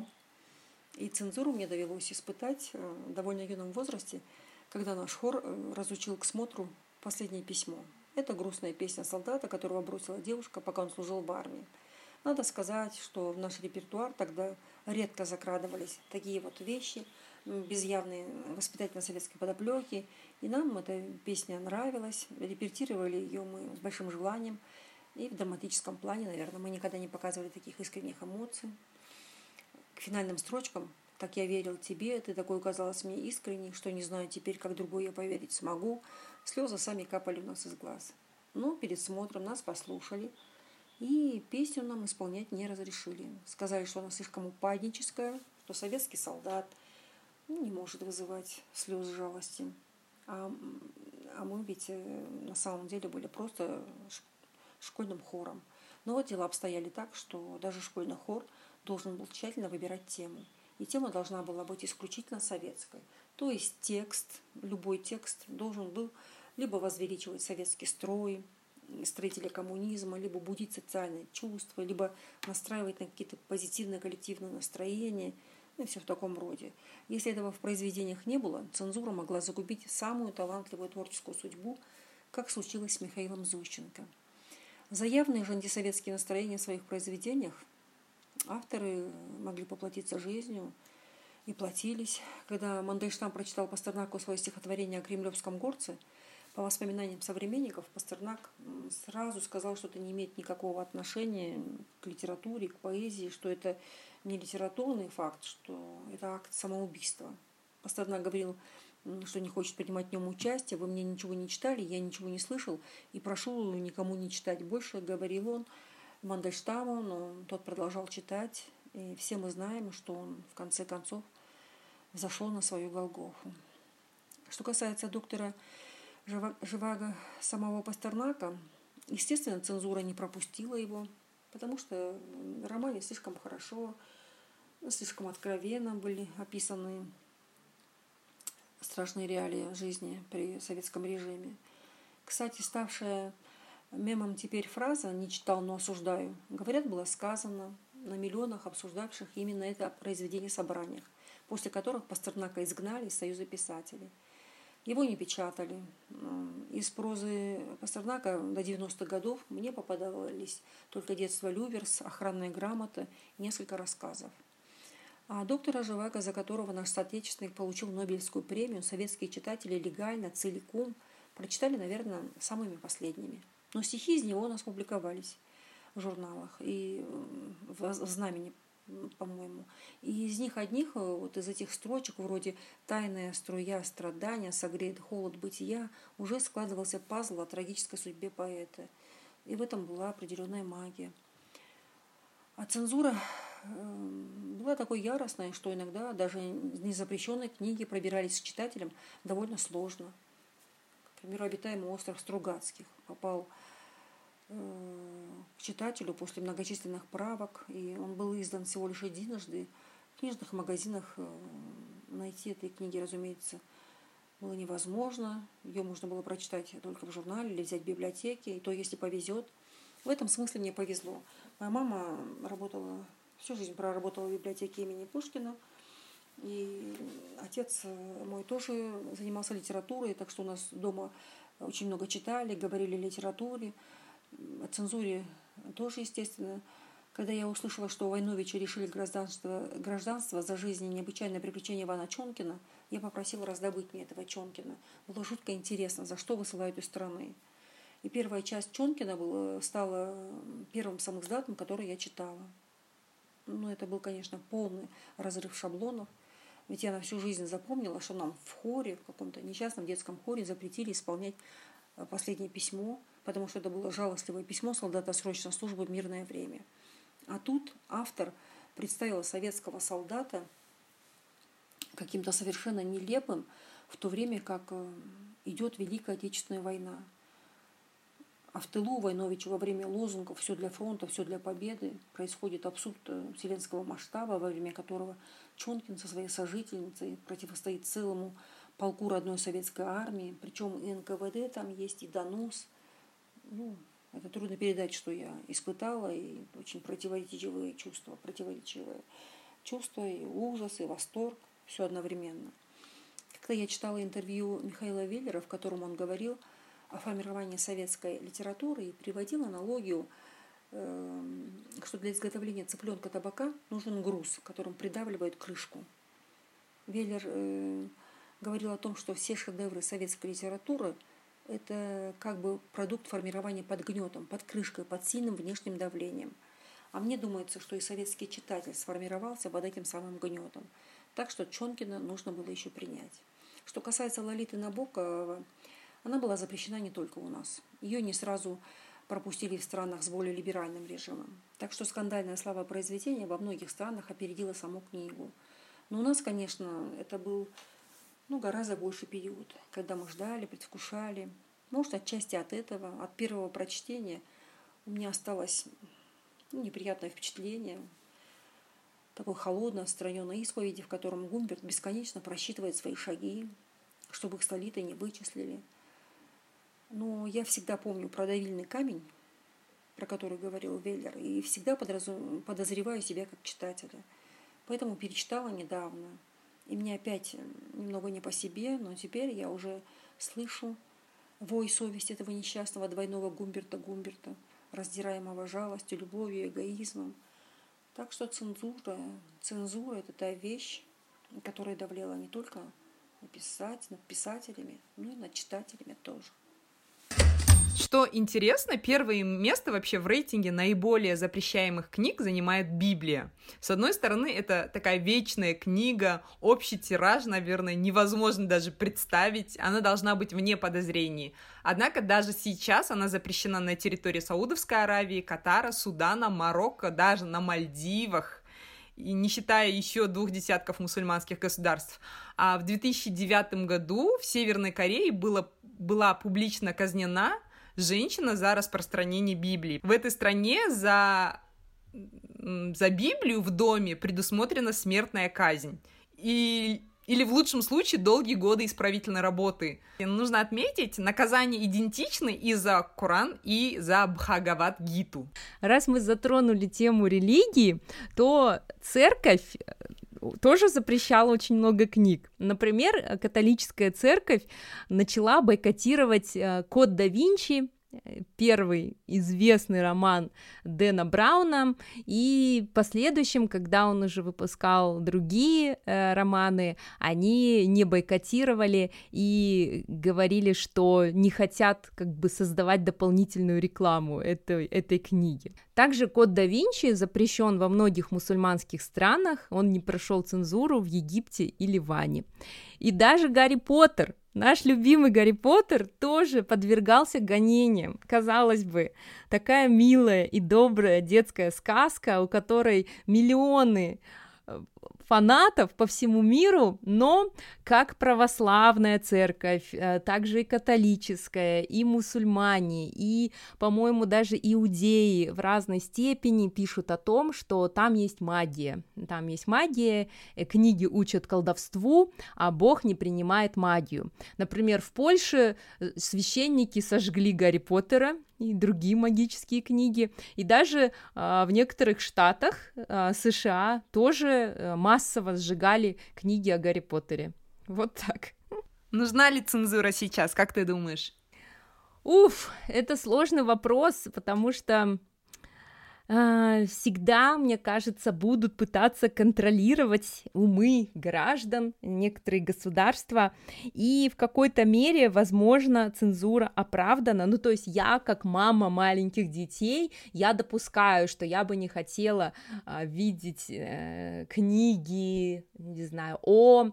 И цензуру мне довелось испытать в довольно юном возрасте, когда наш хор разучил к смотру «Последнее письмо». Это грустная песня солдата, которого бросила девушка, пока он служил в армии. Надо сказать, что в наш репертуар тогда редко закрадывались такие вот вещи, без явной воспитательно-советской подоплеки. И нам эта песня нравилась, репетировали ее мы с большим желанием. И в драматическом плане, наверное, мы никогда не показывали таких искренних эмоций. К финальным строчкам «Так я верил тебе, ты такой казалась мне искренней, что не знаю теперь, как другой я поверить смогу». Слезы сами капали у нас из глаз. Но перед смотром нас послушали, и песню нам исполнять не разрешили. Сказали, что она слишком упадническая, что советский солдат ну, не может вызывать слез жалости. А, а мы ведь на самом деле были просто школьным хором. Но вот дела обстояли так, что даже школьный хор должен был тщательно выбирать тему. И тема должна была быть исключительно советской. То есть текст, любой текст должен был либо возвеличивать советский строй, строителей коммунизма, либо будить социальные чувства, либо настраивать на какие-то позитивные коллективные настроения, ну и все в таком роде. Если этого в произведениях не было, цензура могла загубить самую талантливую творческую судьбу, как случилось с Михаилом Зощенко. За явные же антисоветские настроения в своих произведениях авторы могли поплатиться жизнью и платились. Когда Мандельштам прочитал Пастернаку свое стихотворение о кремлевском горце, по воспоминаниям современников, Пастернак сразу сказал, что это не имеет никакого отношения к литературе, к поэзии, что это не литературный факт, что это акт самоубийства. Пастернак говорил, что не хочет принимать в нем участие, вы мне ничего не читали, я ничего не слышал, и прошу никому не читать больше, говорил он. Мандельштаму, но тот продолжал читать, и все мы знаем, что он в конце концов взошел на свою Голгофу. Что касается доктора Живаго самого Пастернака, естественно, цензура не пропустила его, потому что в романе слишком хорошо, слишком откровенно были описаны страшные реалии жизни при советском режиме. Кстати, ставшая мемом теперь фраза «не читал, но осуждаю», говорят, было сказано на миллионах обсуждавших именно это произведение собраниях, после которых Пастернака изгнали из Союза писателей. Его не печатали. Из прозы Пастернака до девяностых годов мне попадались только «Детство Люверс», «Охранная грамота» и несколько рассказов. А доктора Живаго, за которого наш соотечественник получил Нобелевскую премию, советские читатели легально, целиком прочитали, наверное, самыми последними. Но стихи из него у нас публиковались в журналах и в «Знамени», по-моему. И из них одних, вот из этих строчек, вроде «Тайная струя страдания согреет холод бытия», уже складывался пазл о трагической судьбе поэта. И в этом была определенная магия. А цензура была такой яростной, что иногда даже незапрещенные книги пробирались к читателям довольно сложно. К примеру, «Обитаемый остров» Стругацких попал к читателю после многочисленных правок, и он был издан всего лишь единожды. В книжных магазинах найти этой книги, разумеется, было невозможно. Ее можно было прочитать только в журнале или взять в библиотеке, и то, если повезет. В этом смысле мне повезло. Моя мама работала, всю жизнь проработала в библиотеке имени Пушкина, и отец мой тоже занимался литературой, так что у нас дома очень много читали, говорили о литературе. О цензуре тоже, естественно. Когда я услышала, что Войновича лишили гражданства, гражданства за жизнь и необычайное приключение Ивана Чонкина, я попросила раздобыть мне этого Чонкина. Было жутко интересно, за что высылают из страны. И первая часть Чонкина была, стала первым самоиздатом, который я читала. Ну, это был, конечно, полный разрыв шаблонов. Ведь я на всю жизнь запомнила, что нам в хоре, в каком-то несчастном детском хоре запретили исполнять «Последнее письмо», потому что это было жалостливое письмо солдата срочной службы в мирное время. А тут автор представил советского солдата каким-то совершенно нелепым, в то время как идет Великая Отечественная война. А в тылу Войновича во время лозунгов «все для фронта, все для победы» происходит абсурд вселенского масштаба, во время которого Чонкин со своей сожительницей противостоит целому полку родной советской армии, причем и эн ка вэ дэ там есть, и донос. Ну, это трудно передать, что я испытала, и очень противоречивые чувства, противоречивые чувства, и ужас, и восторг, все одновременно. Когда я читала интервью Михаила Веллера, в котором он говорил о формировании советской литературы и приводил аналогию, что для изготовления цыпленка табака нужен груз, которым придавливают крышку. Веллер говорил о том, что все шедевры советской литературы – это как бы продукт формирования под гнетом, под крышкой, под сильным внешним давлением. А мне думается, что и советский читатель сформировался под этим самым гнетом. Так что Чонкина нужно было еще принять. Что касается Лолиты Набокова, она была запрещена не только у нас. Ее не сразу пропустили в странах с более либеральным режимом. Так что скандальная слава произведения во многих странах опередила саму книгу. Но у нас, конечно, это был ну, гораздо больше период, когда мы ждали, предвкушали. Может, отчасти от этого, от первого прочтения у меня осталось ну, неприятное впечатление, такой холодной, отстраненной исповеди, в котором Гумберт бесконечно просчитывает свои шаги, чтобы их с Лолитой не вычислили. Но я всегда помню про давильный камень, про который говорил Веллер, и всегда подразум... подозреваю себя как читателя. Поэтому перечитала недавно. И мне опять немного не по себе, но теперь я уже слышу вой совести этого несчастного двойного Гумберта Гумберта, раздираемого жалостью, любовью, эгоизмом. Так что цензура, цензура – это та вещь, которая давлела не только над писателями, но и над читателями тоже. Что интересно, первое место вообще в рейтинге наиболее запрещаемых книг занимает Библия. С одной стороны, это такая вечная книга, общий тираж, наверное, невозможно даже представить, она должна быть вне подозрений. Однако даже сейчас она запрещена на территории Саудовской Аравии, Катара, Судана, Марокко, даже на Мальдивах, и не считая еще двух десятков мусульманских государств. А в две тысячи девятом году в Северной Корее было, была публично казнена женщина за распространение Библии. В этой стране за, за Библию в доме предусмотрена смертная казнь. И, или в лучшем случае долгие годы исправительной работы. И нужно отметить, наказания идентичны и за Коран, и за Бхагавад-гиту. Раз мы затронули тему религии, то церковь тоже запрещала очень много книг. Например, католическая церковь начала бойкотировать «Код да Винчи», первый известный роман Дэна Брауна, и в последующем, когда он уже выпускал другие э, романы, они не бойкотировали и говорили, что не хотят как бы создавать дополнительную рекламу этой, этой книги. Также «Код да Винчи» запрещен во многих мусульманских странах, он не прошел цензуру в Египте и Ливане. И даже Гарри Поттер, наш любимый Гарри Поттер, тоже подвергался гонениям. Казалось бы, такая милая и добрая детская сказка, у которой миллионы фанатов по всему миру, но как православная церковь, также и католическая, и мусульмане, и, по-моему, даже иудеи в разной степени пишут о том, что там есть магия. Там есть магия, книги учат колдовству, а Бог не принимает магию. Например, в Польше священники сожгли Гарри Поттера и другие магические книги, и даже а, в некоторых штатах а, США тоже а, массово сжигали книги о Гарри Поттере. Вот так. Нужна ли цензура сейчас, как ты думаешь? Уф, это сложный вопрос, потому что э, всегда, мне кажется, будут пытаться контролировать умы граждан, некоторые государства, и в какой-то мере, возможно, цензура оправдана. Ну, то есть я, как мама маленьких детей, я допускаю, что я бы не хотела э, видеть э, книги, не знаю, о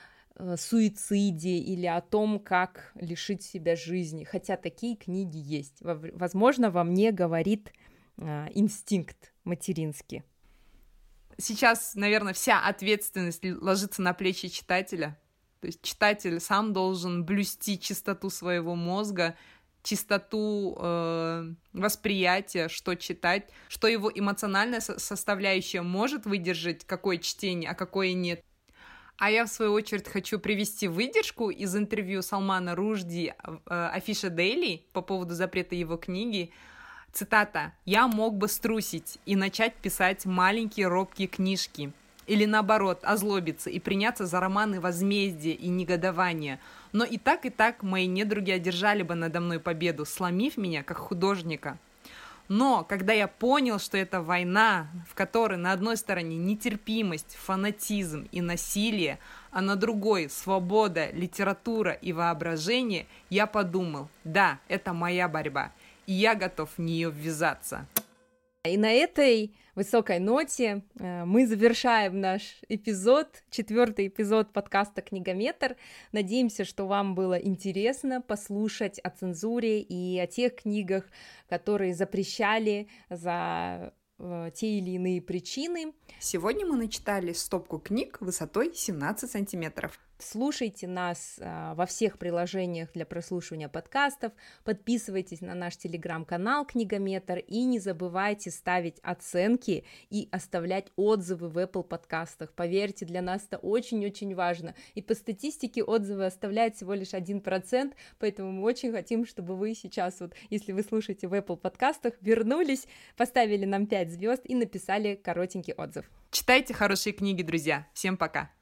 суициде или о том, как лишить себя жизни, хотя такие книги есть. Возможно, во мне говорит э, инстинкт материнский. Сейчас, наверное, вся ответственность ложится на плечи читателя. То есть читатель сам должен блюсти чистоту своего мозга, чистоту э, восприятия, что читать, что его эмоциональная со- составляющая может выдержать, какое чтение, а какое нет. А я, в свою очередь, хочу привести выдержку из интервью Салмана Рушди Афиша Дейли по поводу запрета его книги. Цитата: «Я мог бы струсить и начать писать маленькие робкие книжки. Или наоборот, озлобиться и приняться за романы возмездия и негодования. Но и так, и так мои недруги одержали бы надо мной победу, сломив меня как художника. Но когда я понял, что это война, в которой на одной стороне нетерпимость, фанатизм и насилие, а на другой свобода, литература и воображение, я подумал: да, это моя борьба, и я готов в нее ввязаться». И на этой высокой ноте мы завершаем наш эпизод, четвертый эпизод подкаста «Книгометр». Надеемся, что вам было интересно послушать о цензуре и о тех книгах, которые запрещали за те или иные причины. Сегодня мы начитали стопку книг высотой семнадцать сантиметров. Слушайте нас а, во всех приложениях для прослушивания подкастов, подписывайтесь на наш телеграм-канал «Книгометр» и не забывайте ставить оценки и оставлять отзывы в Apple подкастах. Поверьте, для нас это очень-очень важно. И по статистике отзывы оставляют всего лишь один процент, поэтому мы очень хотим, чтобы вы сейчас, вот, если вы слушаете в Apple подкастах, вернулись, поставили нам пять звезд и написали коротенький отзыв. Читайте хорошие книги, друзья. Всем пока!